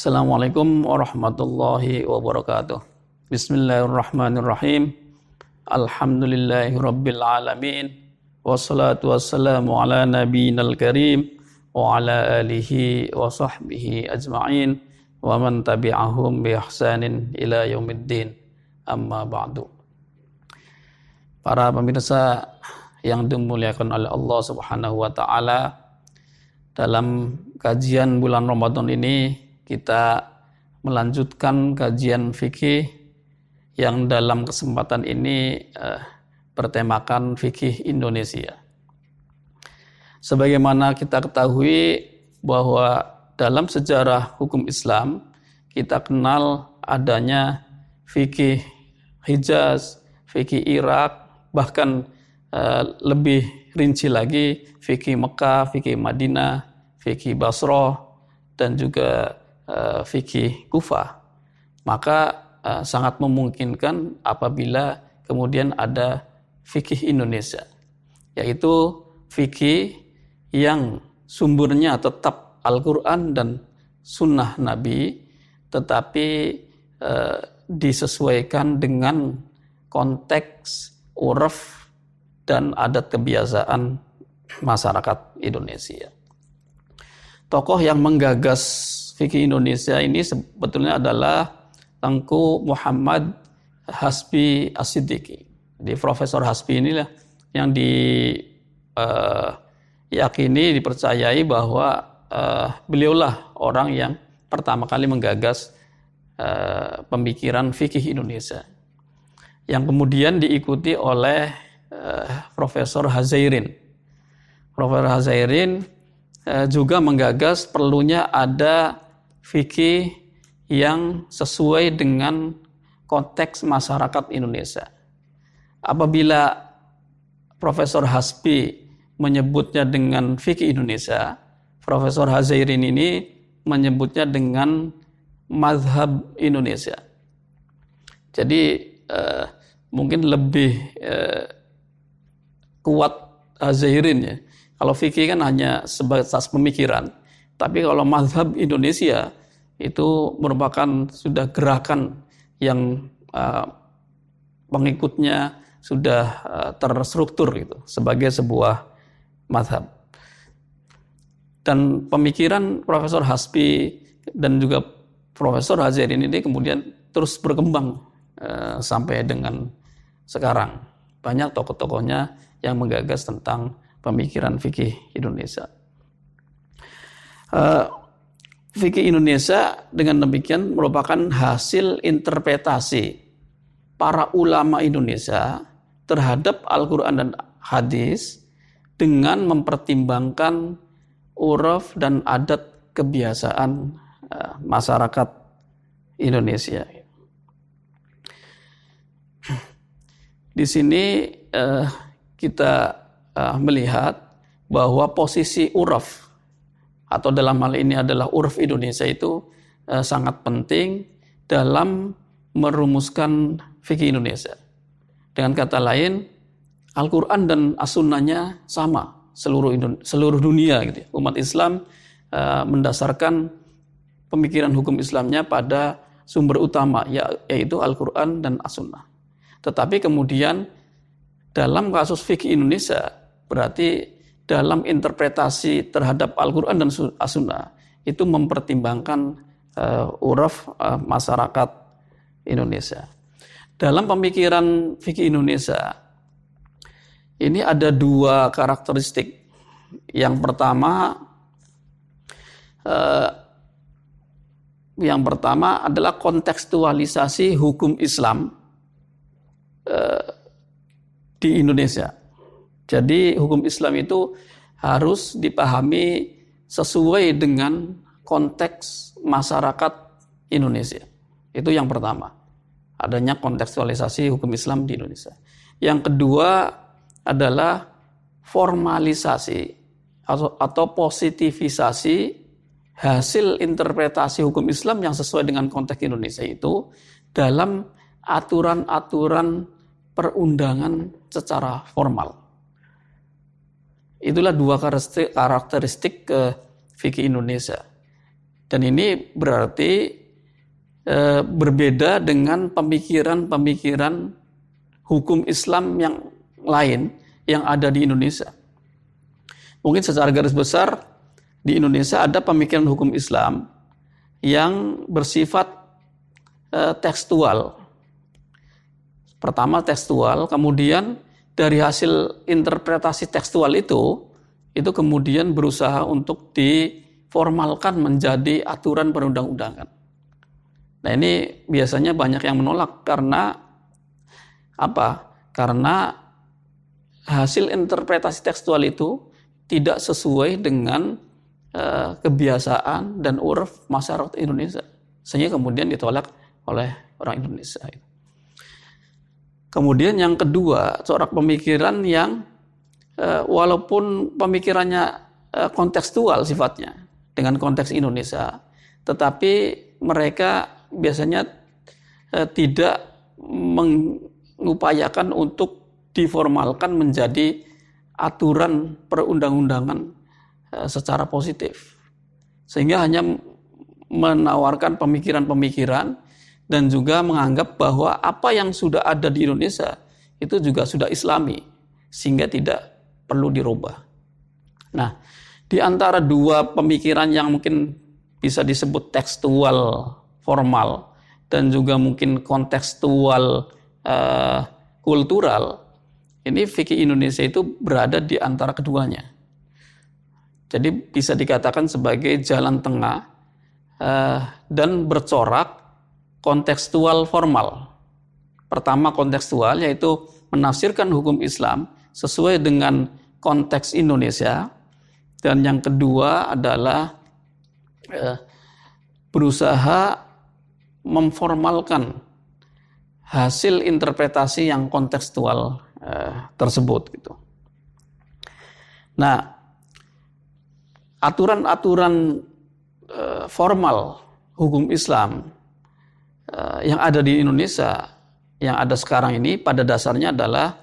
Assalamualaikum warahmatullahi wabarakatuh. Bismillahirrahmanirrahim. Alhamdulillahi rabbil alamin. Wassalatu wassalamu ala nabiyyinal karim wa ala alihi wa sahbihi ajma'in wa man tabi'ahum bi ihsanin ila yaumiddin. Amma ba'du. Para pemirsa yang dimuliakan oleh Allah Subhanahu wa taala, dalam kajian bulan Ramadan ini kita melanjutkan kajian fikih yang dalam kesempatan ini bertemakan fikih Indonesia. Sebagaimana kita ketahui bahwa dalam sejarah hukum Islam kita kenal adanya fikih Hijaz, fikih Irak, bahkan lebih rinci lagi fikih Mekah, fikih Madinah, fikih Basrah, dan juga fikih Kufah. Maka sangat memungkinkan apabila kemudian ada fikih Indonesia, yaitu fikih yang sumbernya tetap Al-Quran dan Sunnah Nabi, tetapi disesuaikan dengan konteks uruf dan adat kebiasaan masyarakat Indonesia. Tokoh yang menggagas fikih Indonesia ini sebetulnya adalah Tengku Muhammad Hasbi As-Siddiqi. Jadi Profesor Hasbi inilah yang diyakini, dipercayai bahwa beliaulah orang yang pertama kali menggagas pemikiran fikih Indonesia, yang kemudian diikuti oleh Profesor Hazairin. Profesor Hazairin juga menggagas perlunya ada fikih yang sesuai dengan konteks masyarakat Indonesia. Apabila Profesor Hasbi menyebutnya dengan fikih Indonesia, Profesor Hazairin ini menyebutnya dengan mazhab Indonesia. Jadi mungkin lebih kuat Hazairin ya. Kalau fikih kan hanya sebatas pemikiran, tapi kalau mazhab Indonesia itu merupakan sudah gerakan yang pengikutnya sudah terstruktur gitu sebagai sebuah mazhab. Dan pemikiran Profesor Hasbi dan juga Profesor Hazairin ini kemudian terus berkembang sampai dengan sekarang. Banyak tokoh-tokohnya yang menggagas tentang pemikiran fikih Indonesia. Fikih Indonesia dengan demikian merupakan hasil interpretasi para ulama Indonesia terhadap Al-Quran dan hadis dengan mempertimbangkan uruf dan adat kebiasaan masyarakat Indonesia. Di sini kita melihat bahwa posisi uruf atau dalam hal ini adalah uruf Indonesia itu sangat penting dalam merumuskan fikih Indonesia. Dengan kata lain, Al-Quran dan As-Sunnahnya sama seluruh dunia gitu. Umat Islam mendasarkan pemikiran hukum Islamnya pada sumber utama yaitu Al-Quran dan As-Sunnah. Tetapi kemudian dalam kasus fikih Indonesia berarti dalam interpretasi terhadap Al-Quran dan As-Sunnah itu mempertimbangkan uruf masyarakat Indonesia. Dalam pemikiran fikih Indonesia ini ada dua karakteristik. Yang pertama adalah kontekstualisasi hukum Islam di Indonesia. Jadi hukum Islam itu harus dipahami sesuai dengan konteks masyarakat Indonesia. Itu yang pertama. Adanya kontekstualisasi hukum Islam di Indonesia. Yang kedua adalah formalisasi atau positivisasi hasil interpretasi hukum Islam yang sesuai dengan konteks Indonesia itu dalam aturan-aturan perundangan secara formal. Itulah dua karakteristik fikih Indonesia. Dan ini berarti berbeda dengan pemikiran-pemikiran hukum Islam yang lain yang ada di Indonesia. Mungkin secara garis besar di Indonesia ada pemikiran hukum Islam yang bersifat tekstual. Pertama tekstual, kemudian dari hasil interpretasi tekstual itu kemudian berusaha untuk diformalkan menjadi aturan perundang-undangan. Nah ini biasanya banyak yang menolak karena apa? Karena hasil interpretasi tekstual itu tidak sesuai dengan kebiasaan dan uruf masyarakat Indonesia, sehingga kemudian ditolak oleh orang Indonesia. Kemudian yang kedua, corak pemikiran yang walaupun pemikirannya kontekstual sifatnya dengan konteks Indonesia, tetapi mereka biasanya tidak mengupayakan untuk diformalkan menjadi aturan perundang-undangan secara positif, sehingga hanya menawarkan pemikiran-pemikiran dan juga menganggap bahwa apa yang sudah ada di Indonesia itu juga sudah Islami, sehingga tidak perlu dirubah. Nah, di antara dua pemikiran yang mungkin bisa disebut tekstual formal dan juga mungkin kontekstual kultural, ini fikih Indonesia itu berada di antara keduanya. Jadi bisa dikatakan sebagai jalan tengah dan bercorak kontekstual formal. Pertama kontekstual, yaitu menafsirkan hukum Islam sesuai dengan konteks Indonesia, dan yang kedua adalah berusaha memformalkan hasil interpretasi yang kontekstual tersebut gitu. Nah, aturan-aturan formal hukum Islam yang ada di Indonesia yang ada sekarang ini pada dasarnya adalah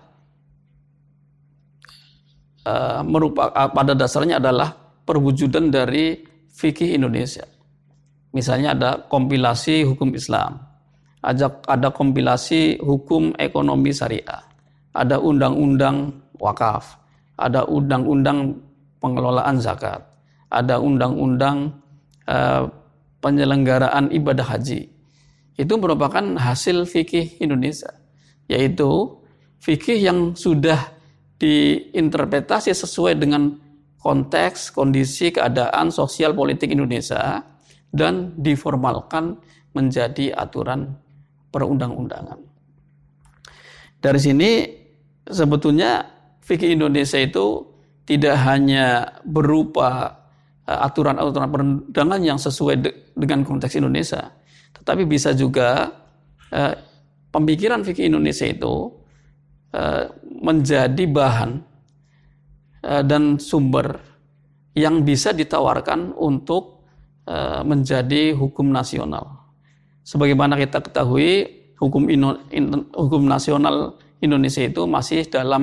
perwujudan dari fikih Indonesia. Misalnya ada kompilasi hukum Islam, ada kompilasi hukum ekonomi syariah, ada undang-undang wakaf, ada undang-undang pengelolaan zakat, ada undang-undang penyelenggaraan ibadah haji. Itu merupakan hasil fikih Indonesia, yaitu fikih yang sudah diinterpretasi sesuai dengan konteks, kondisi, keadaan sosial politik Indonesia dan diformalkan menjadi aturan perundang-undangan. Dari sini sebetulnya fikih Indonesia itu tidak hanya berupa aturan-aturan perundangan yang sesuai dengan konteks Indonesia, tetapi bisa juga pemikiran fikih Indonesia itu menjadi bahan dan sumber yang bisa ditawarkan untuk menjadi hukum nasional. Sebagaimana kita ketahui, hukum nasional Indonesia itu masih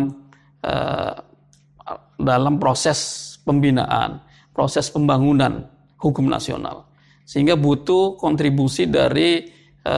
dalam proses pembinaan, proses pembangunan hukum nasional, sehingga butuh kontribusi dari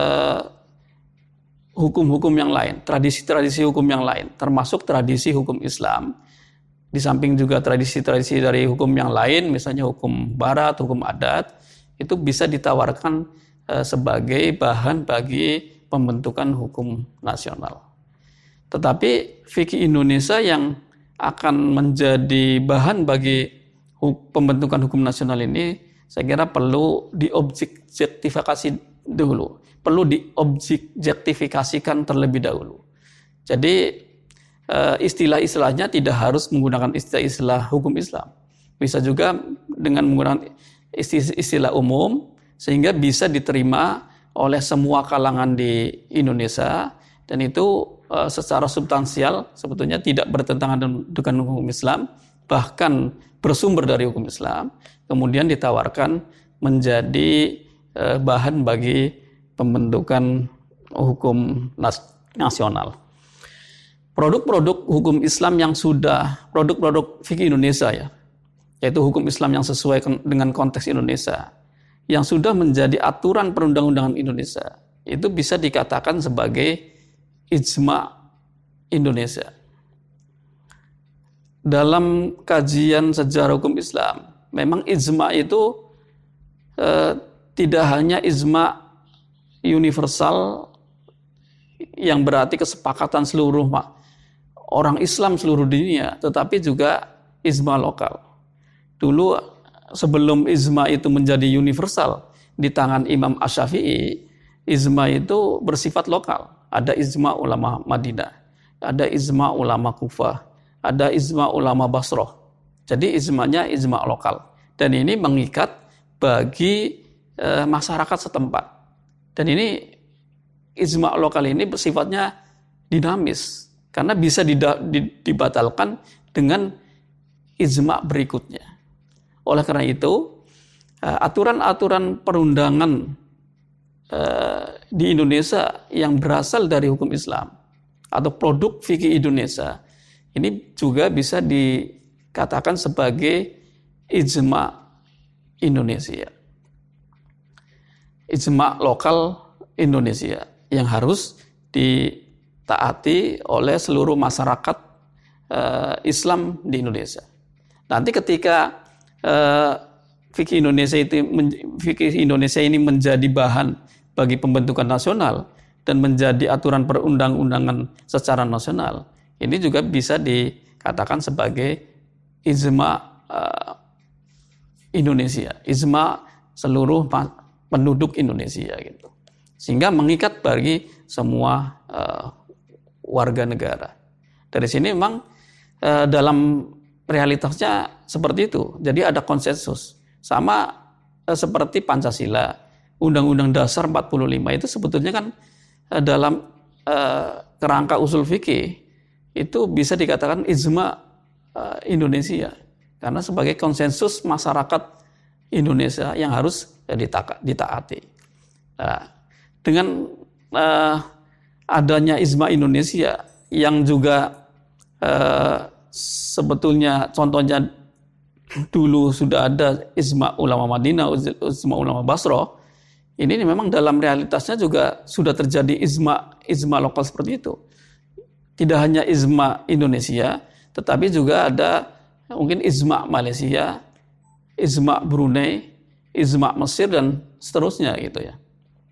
hukum-hukum yang lain, tradisi-tradisi hukum yang lain, termasuk tradisi hukum Islam, di samping juga tradisi-tradisi dari hukum yang lain, misalnya hukum barat, hukum adat, itu bisa ditawarkan sebagai bahan bagi pembentukan hukum nasional. Tetapi fikih Indonesia yang akan menjadi bahan bagi pembentukan hukum nasional ini, saya kira perlu diobjektifikasi dulu, perlu diobjektifikasikan terlebih dahulu. Jadi istilah-istilahnya tidak harus menggunakan istilah-istilah hukum Islam, bisa juga dengan menggunakan istilah umum sehingga bisa diterima oleh semua kalangan di Indonesia, dan itu secara substansial sebetulnya tidak bertentangan dengan hukum Islam, bahkan bersumber dari hukum Islam, kemudian ditawarkan menjadi bahan bagi pembentukan hukum nasional. Produk-produk hukum Islam yang sudah, produk-produk fikih Indonesia ya, yaitu hukum Islam yang sesuai dengan konteks Indonesia, yang sudah menjadi aturan perundang-undangan Indonesia itu bisa dikatakan sebagai ijma Indonesia. Dalam kajian sejarah hukum Islam, memang ijma itu tidak hanya ijma universal yang berarti kesepakatan seluruh orang Islam seluruh dunia, tetapi juga ijma lokal. Dulu sebelum ijma itu menjadi universal di tangan Imam Asy-Syafi'i, ijma itu bersifat lokal. Ada ijma ulama Madinah, ada ijma ulama Kufah, ada ijma ulama Basrah. Jadi ijmanya ijma lokal. Dan ini mengikat bagi masyarakat setempat. Dan ini ijma lokal ini bersifatnya dinamis karena bisa dibatalkan dengan ijma berikutnya. Oleh karena itu, aturan-aturan perundangan di Indonesia yang berasal dari hukum Islam atau produk fikih Indonesia ini juga bisa dikatakan sebagai ijma Indonesia. Ijma lokal Indonesia yang harus ditaati oleh seluruh masyarakat Islam di Indonesia. Nanti ketika fikih Indonesia ini menjadi bahan bagi pembentukan nasional dan menjadi aturan perundang-undangan secara nasional, ini juga bisa dikatakan sebagai ijma Indonesia, ijma seluruh penduduk Indonesia gitu. Sehingga mengikat bagi semua warga negara. Dari sini memang dalam realitasnya seperti itu. Jadi ada konsensus. Sama seperti Pancasila, Undang-Undang Dasar 45 itu sebetulnya kan dalam kerangka usul fikih itu bisa dikatakan ijma Indonesia. Karena sebagai konsensus masyarakat Indonesia yang harus ditaati. Nah, dengan adanya ijma Indonesia yang juga sebetulnya contohnya dulu sudah ada ijma ulama Madinah, ijma ulama Basrah, ini memang dalam realitasnya juga sudah terjadi ijma lokal seperti itu. Tidak hanya ijma Indonesia, tetapi juga ada mungkin ijma Malaysia, ijma Brunei, ijma Mesir dan seterusnya gitu ya.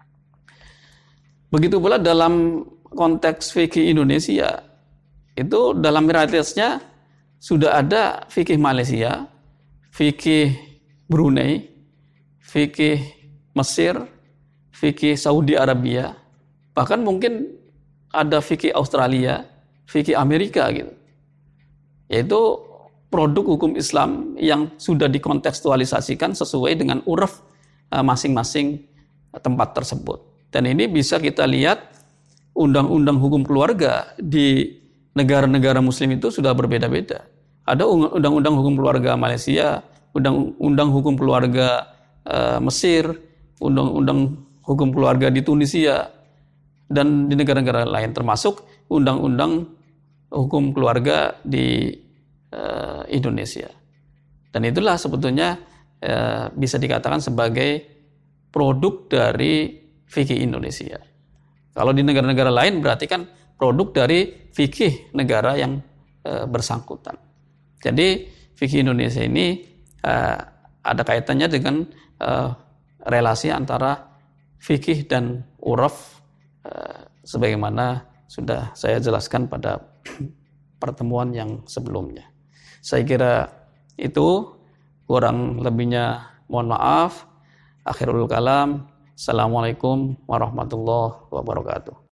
Begitu pula dalam konteks fikih Indonesia, itu dalam realitasnya sudah ada fikih Malaysia, fikih Brunei, fikih Mesir, fikih Saudi Arabia, bahkan mungkin ada fikih Australia, fikih Amerika gitu. Yaitu produk hukum Islam yang sudah dikontekstualisasikan sesuai dengan uruf masing-masing tempat tersebut. Dan ini bisa kita lihat undang-undang hukum keluarga di negara-negara muslim itu sudah berbeda-beda. Ada undang-undang hukum keluarga Malaysia, undang-undang hukum keluarga Mesir, undang-undang hukum keluarga di Tunisia, dan di negara-negara lain, termasuk undang-undang hukum keluarga di Indonesia. Dan itulah sebetulnya bisa dikatakan sebagai produk dari fikih Indonesia. Kalau di negara-negara lain berarti kan produk dari fikih negara yang bersangkutan. Jadi fikih Indonesia ini ada kaitannya dengan relasi antara fikih dan uruf sebagaimana sudah saya jelaskan pada pertemuan yang sebelumnya. Saya kira itu, kurang lebihnya mohon maaf. Akhirul kalam. Assalamualaikum warahmatullahi wabarakatuh.